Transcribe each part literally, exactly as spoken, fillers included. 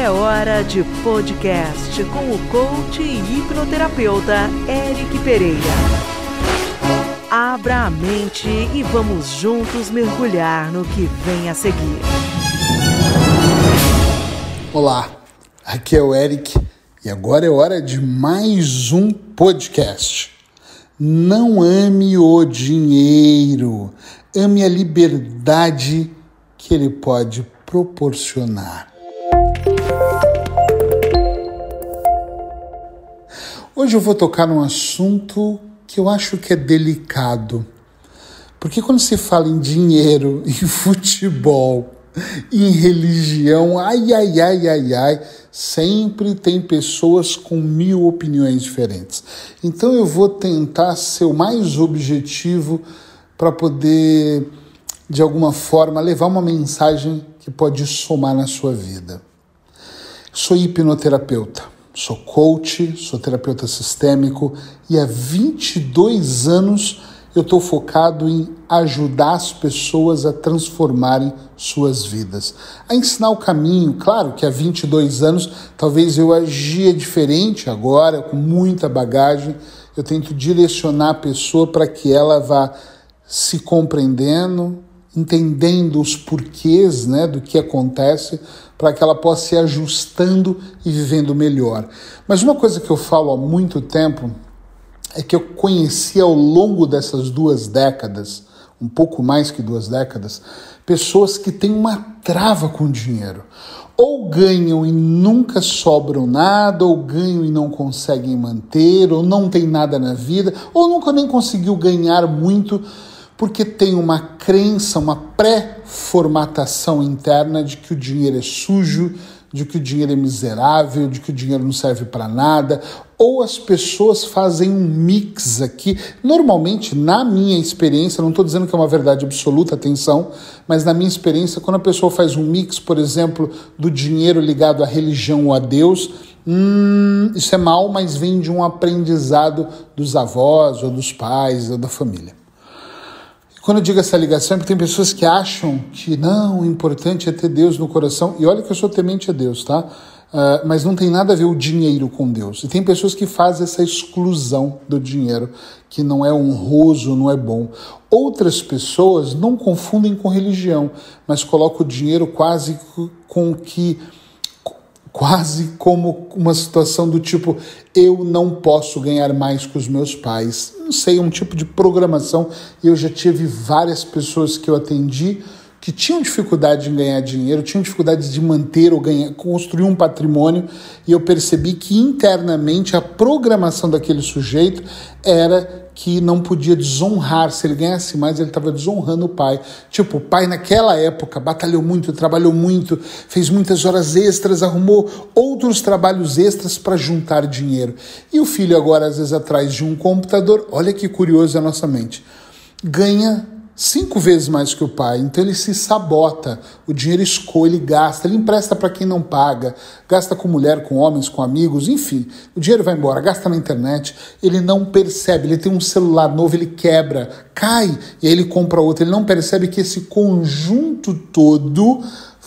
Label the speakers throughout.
Speaker 1: É hora de podcast com o coach e hipnoterapeuta Eric Pereira. Abra a mente e vamos juntos mergulhar no que vem a seguir.
Speaker 2: Olá, aqui é o Eric e agora é hora de mais um podcast. Não ame o dinheiro, ame a liberdade que ele pode proporcionar. Hoje eu vou tocar num assunto que eu acho que é delicado, porque quando se fala em dinheiro, em futebol, em religião, ai, ai, ai, ai, ai, sempre tem pessoas com mil opiniões diferentes. Então eu vou tentar ser o mais objetivo para poder, de alguma forma, levar uma mensagem que pode somar na sua vida. Sou hipnoterapeuta, sou coach, sou terapeuta sistêmico e há vinte e dois anos eu estou focado em ajudar as pessoas a transformarem suas vidas, a ensinar o caminho. Claro que há vinte e dois anos talvez eu agia diferente agora, com muita bagagem. Eu tento direcionar a pessoa para que ela vá se compreendendo, entendendo os porquês, né, do que acontece, para que ela possa ir ajustando e vivendo melhor. Mas uma coisa que eu falo há muito tempo é que eu conheci ao longo dessas duas décadas, um pouco mais que duas décadas, pessoas que têm uma trava com o dinheiro. Ou ganham e nunca sobram nada, ou ganham e não conseguem manter, ou não tem nada na vida, ou nunca nem conseguiu ganhar muito, porque tem uma crença, uma pré-formatação interna de que o dinheiro é sujo, de que o dinheiro é miserável, de que o dinheiro não serve para nada, ou as pessoas fazem um mix aqui. Normalmente, na minha experiência, não estou dizendo que é uma verdade absoluta, atenção, mas na minha experiência, quando a pessoa faz um mix, por exemplo, do dinheiro ligado à religião ou a Deus, hum, isso é mal, mas vem de um aprendizado dos avós, ou dos pais, ou da família. Quando eu digo essa ligação, é porque tem pessoas que acham que não, o importante é ter Deus no coração. E olha que eu sou temente a Deus, tá? Uh, mas não tem nada a ver o dinheiro com Deus. E tem pessoas que fazem essa exclusão do dinheiro, que não é honroso, não é bom. Outras pessoas não confundem com religião, mas colocam o dinheiro quase com que... quase como uma situação do tipo, eu não posso ganhar mais que os meus pais. Não sei, um tipo de programação. Eu já tive várias pessoas que eu atendi que tinham dificuldade em ganhar dinheiro, tinham dificuldade de manter ou ganhar, construir um patrimônio, e eu percebi que internamente a programação daquele sujeito era que não podia desonrar. Se ele ganhasse mais, ele estava desonrando o pai. Tipo, o pai naquela época batalhou muito, trabalhou muito, fez muitas horas extras, arrumou outros trabalhos extras para juntar dinheiro. E o filho agora, às vezes, atrás de um computador, olha que curioso a nossa mente, ganha cinco vezes mais que o pai, então ele se sabota, o dinheiro escolhe, ele gasta, ele empresta para quem não paga, gasta com mulher, com homens, com amigos, enfim, o dinheiro vai embora, gasta na internet, ele não percebe, ele tem um celular novo, ele quebra, cai, e aí ele compra outro, ele não percebe que esse conjunto todo,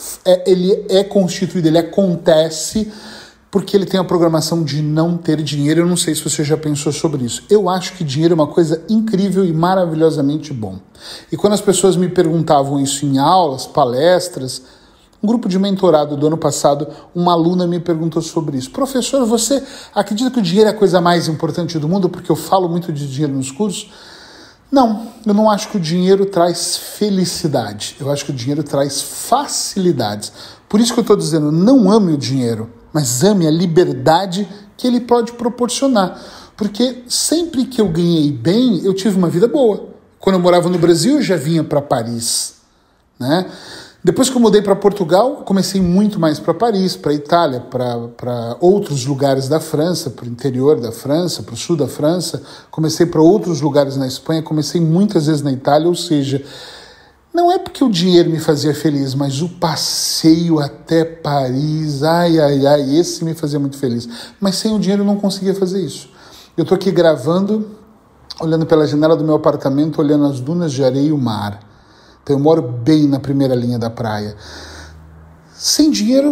Speaker 2: é, ele é constituído, ele acontece porque ele tem a programação de não ter dinheiro. Eu não sei se você já pensou sobre isso. Eu acho que dinheiro é uma coisa incrível e maravilhosamente bom. E quando as pessoas me perguntavam isso em aulas, palestras, um grupo de mentorado do ano passado, uma aluna me perguntou sobre isso. Professor, você acredita que o dinheiro é a coisa mais importante do mundo porque eu falo muito de dinheiro nos cursos? Não, eu não acho que o dinheiro traz felicidade. Eu acho que o dinheiro traz facilidades. Por isso que eu estou dizendo, não ame o dinheiro, mas ame a liberdade que ele pode proporcionar. Porque sempre que eu ganhei bem, eu tive uma vida boa. Quando eu morava no Brasil, eu já vinha para Paris, né? Depois que eu mudei para Portugal, comecei muito mais para Paris, para Itália, para outros lugares da França, para o interior da França, para o sul da França. Comecei para outros lugares na Espanha, comecei muitas vezes na Itália, ou seja, não é porque o dinheiro me fazia feliz, mas o passeio até Paris, ai, ai, ai, esse me fazia muito feliz. Mas sem o dinheiro eu não conseguia fazer isso. Eu estou aqui gravando, olhando pela janela do meu apartamento, olhando as dunas de areia e o mar. Então eu moro bem na primeira linha da praia. Sem dinheiro,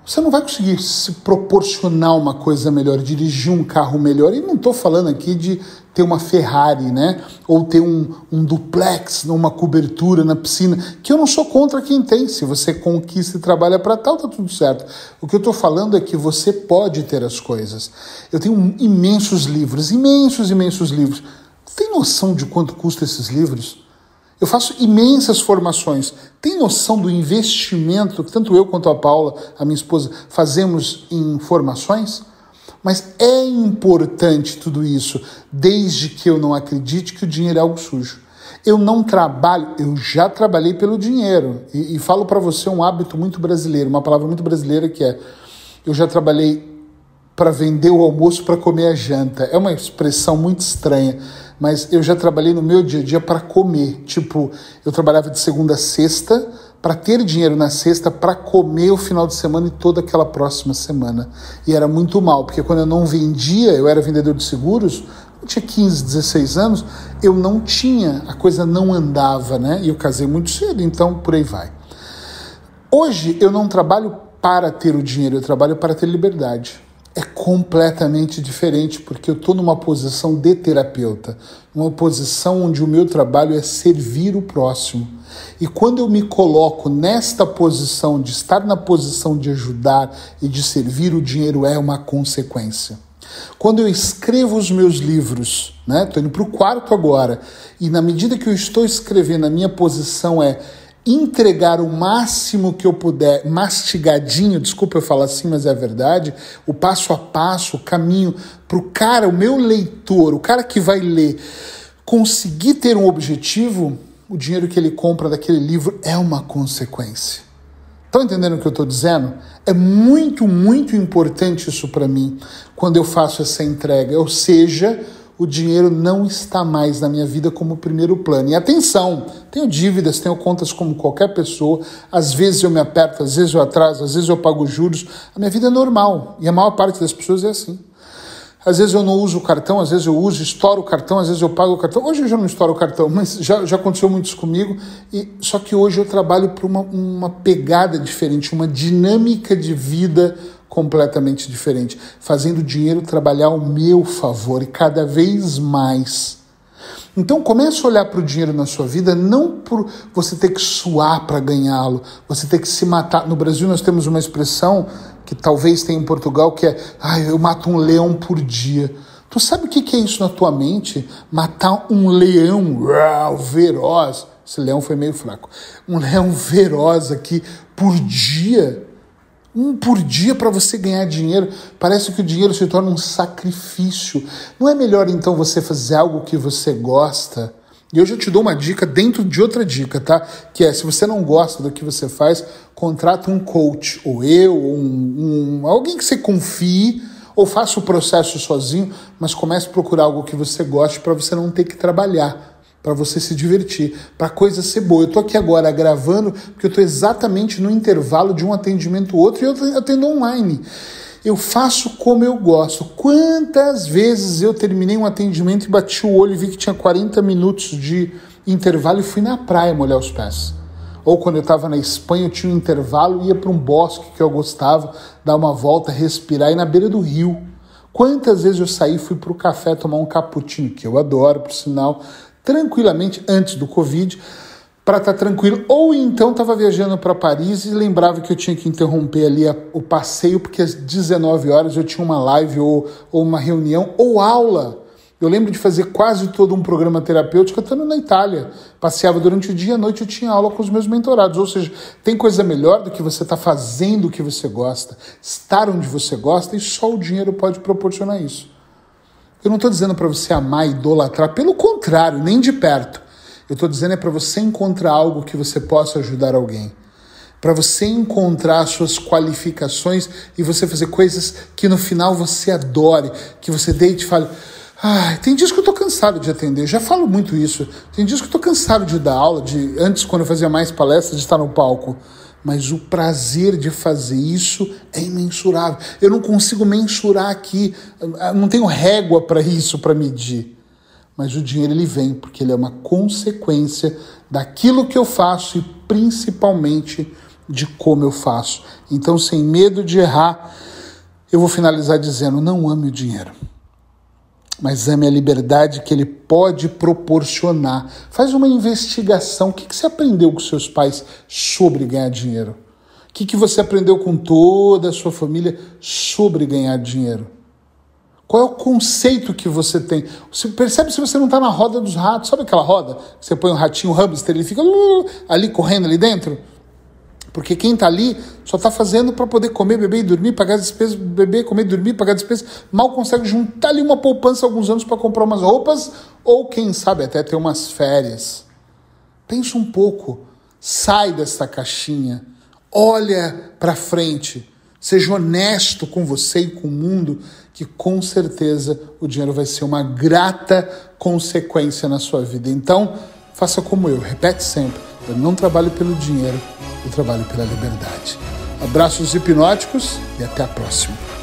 Speaker 2: Você não vai conseguir se proporcionar uma coisa melhor, dirigir um carro melhor. E não estou falando aqui de ter uma Ferrari, né? Ou ter um, um duplex, uma cobertura na piscina, que eu não sou contra quem tem. Se você conquista e trabalha para tal, tá tudo certo. O que eu estou falando é que você pode ter as coisas. Eu tenho imensos livros, imensos, imensos livros. Tem noção de quanto custa esses livros? Eu faço imensas formações. Tem noção do investimento que tanto eu quanto a Paula, a minha esposa, fazemos em formações? Mas é importante tudo isso, desde que eu não acredite que o dinheiro é algo sujo. Eu não trabalho, eu já trabalhei pelo dinheiro. E, e falo para você um hábito muito brasileiro, uma palavra muito brasileira que é: eu já trabalhei para vender o almoço para comer a janta. É uma expressão muito estranha, mas eu já trabalhei no meu dia a dia para comer. Tipo, eu trabalhava de segunda a sexta para ter dinheiro na sexta para comer o final de semana e toda aquela próxima semana. E era muito mal, porque quando eu não vendia, eu era vendedor de seguros, eu tinha quinze, dezesseis anos, eu não tinha, a coisa não andava, né? E eu casei muito cedo, então por aí vai. Hoje eu não trabalho para ter o dinheiro, eu trabalho para ter liberdade. É completamente diferente, porque eu estou numa posição de terapeuta, numa posição onde o meu trabalho é servir o próximo. E quando eu me coloco nesta posição, de estar na posição de ajudar e de servir, o dinheiro é uma consequência. Quando eu escrevo os meus livros, né, estou indo para o quarto agora, e na medida que eu estou escrevendo, a minha posição é entregar o máximo que eu puder, mastigadinho, desculpa eu falar assim, mas é a verdade, o passo a passo, o caminho para o cara, o meu leitor, o cara que vai ler, conseguir ter um objetivo, o dinheiro que ele compra daquele livro é uma consequência. Estão entendendo o que eu estou dizendo? É muito, muito importante isso para mim, quando eu faço essa entrega, ou seja, o dinheiro não está mais na minha vida como primeiro plano. E atenção, tenho dívidas, tenho contas como qualquer pessoa, às vezes eu me aperto, às vezes eu atraso, às vezes eu pago juros, a minha vida é normal, e a maior parte das pessoas é assim. Às vezes eu não uso o cartão, às vezes eu uso, estouro o cartão, às vezes eu pago o cartão. Hoje eu já não estouro o cartão, mas já, já aconteceu muito isso comigo. E, só que hoje eu trabalho por uma, uma pegada diferente, uma dinâmica de vida completamente diferente, fazendo o dinheiro trabalhar ao meu favor e cada vez mais. Então comece a olhar para o dinheiro na sua vida não por você ter que suar para ganhá-lo, você ter que se matar. No Brasil nós temos uma expressão que talvez tenha em Portugal, que é: ah, eu mato um leão por dia. Tu sabe o que é isso na tua mente? Matar um leão uau, feroz. Esse leão foi meio fraco. Um leão feroz aqui por dia. Um por dia para você ganhar dinheiro. Parece que o dinheiro se torna um sacrifício. Não é melhor então você fazer algo que você gosta? E hoje eu te dou uma dica dentro de outra dica, tá? Que é, se você não gosta do que você faz, contrata um coach, ou eu, ou um, um, alguém que você confie, ou faça o processo sozinho, mas comece a procurar algo que você goste para você não ter que trabalhar, para você se divertir, para a coisa ser boa. Eu tô aqui agora gravando porque eu tô exatamente no intervalo de um atendimento outro e eu atendo online. Eu faço como eu gosto. Quantas vezes eu terminei um atendimento e bati o olho e vi que tinha quarenta minutos de intervalo e fui na praia molhar os pés. Ou quando eu estava na Espanha, eu tinha um intervalo e ia para um bosque que eu gostava, dar uma volta, respirar, e na beira do rio. Quantas vezes eu saí e fui para o café tomar um cappuccino, que eu adoro, por sinal, tranquilamente, antes do Covid, para estar tá tranquilo. Ou então estava viajando para Paris e lembrava que eu tinha que interromper ali a, o passeio, porque às dezenove horas eu tinha uma live ou, ou uma reunião ou aula. Eu lembro de fazer quase todo um programa terapêutico estando na Itália. Passeava durante o dia, à noite eu tinha aula com os meus mentorados. Ou seja, tem coisa melhor do que você estar tá fazendo o que você gosta, estar onde você gosta, e só o dinheiro pode proporcionar isso. Eu não estou dizendo para você amar e idolatrar, pelo contrário, nem de perto. Eu estou dizendo é para você encontrar algo que você possa ajudar alguém. Para você encontrar suas qualificações e você fazer coisas que no final você adore, que você deite e fale: ah, tem dias que eu estou cansado de atender, eu já falo muito isso. Tem dias que eu estou cansado de dar aula, de antes quando eu fazia mais palestras, de estar no palco. Mas o prazer de fazer isso é imensurável. Eu não consigo mensurar aqui, não tenho régua para isso, para medir. Mas o dinheiro ele vem porque ele é uma consequência daquilo que eu faço e principalmente de como eu faço. Então, sem medo de errar, eu vou finalizar dizendo, não ame o dinheiro, mas ame a liberdade que ele pode proporcionar. Faz uma investigação. O que você aprendeu com seus pais sobre ganhar dinheiro? O que você aprendeu com toda a sua família sobre ganhar dinheiro? Qual é o conceito que você tem? Você percebe se você não está na roda dos ratos. Sabe aquela roda? Você põe um ratinho, um hamster, ele fica ali correndo ali dentro? Porque quem está ali só está fazendo para poder comer, beber e dormir, pagar as despesas, beber, comer, dormir, pagar as despesas. Mal consegue juntar ali uma poupança alguns anos para comprar umas roupas ou, quem sabe, até ter umas férias. Pensa um pouco. Sai dessa caixinha. Olha para frente. Seja honesto com você e com o mundo, que com certeza o dinheiro vai ser uma grata consequência na sua vida. Então, faça como eu. Repete sempre. Eu não trabalho pelo dinheiro, eu trabalho pela liberdade. Abraços hipnóticos e até a próxima.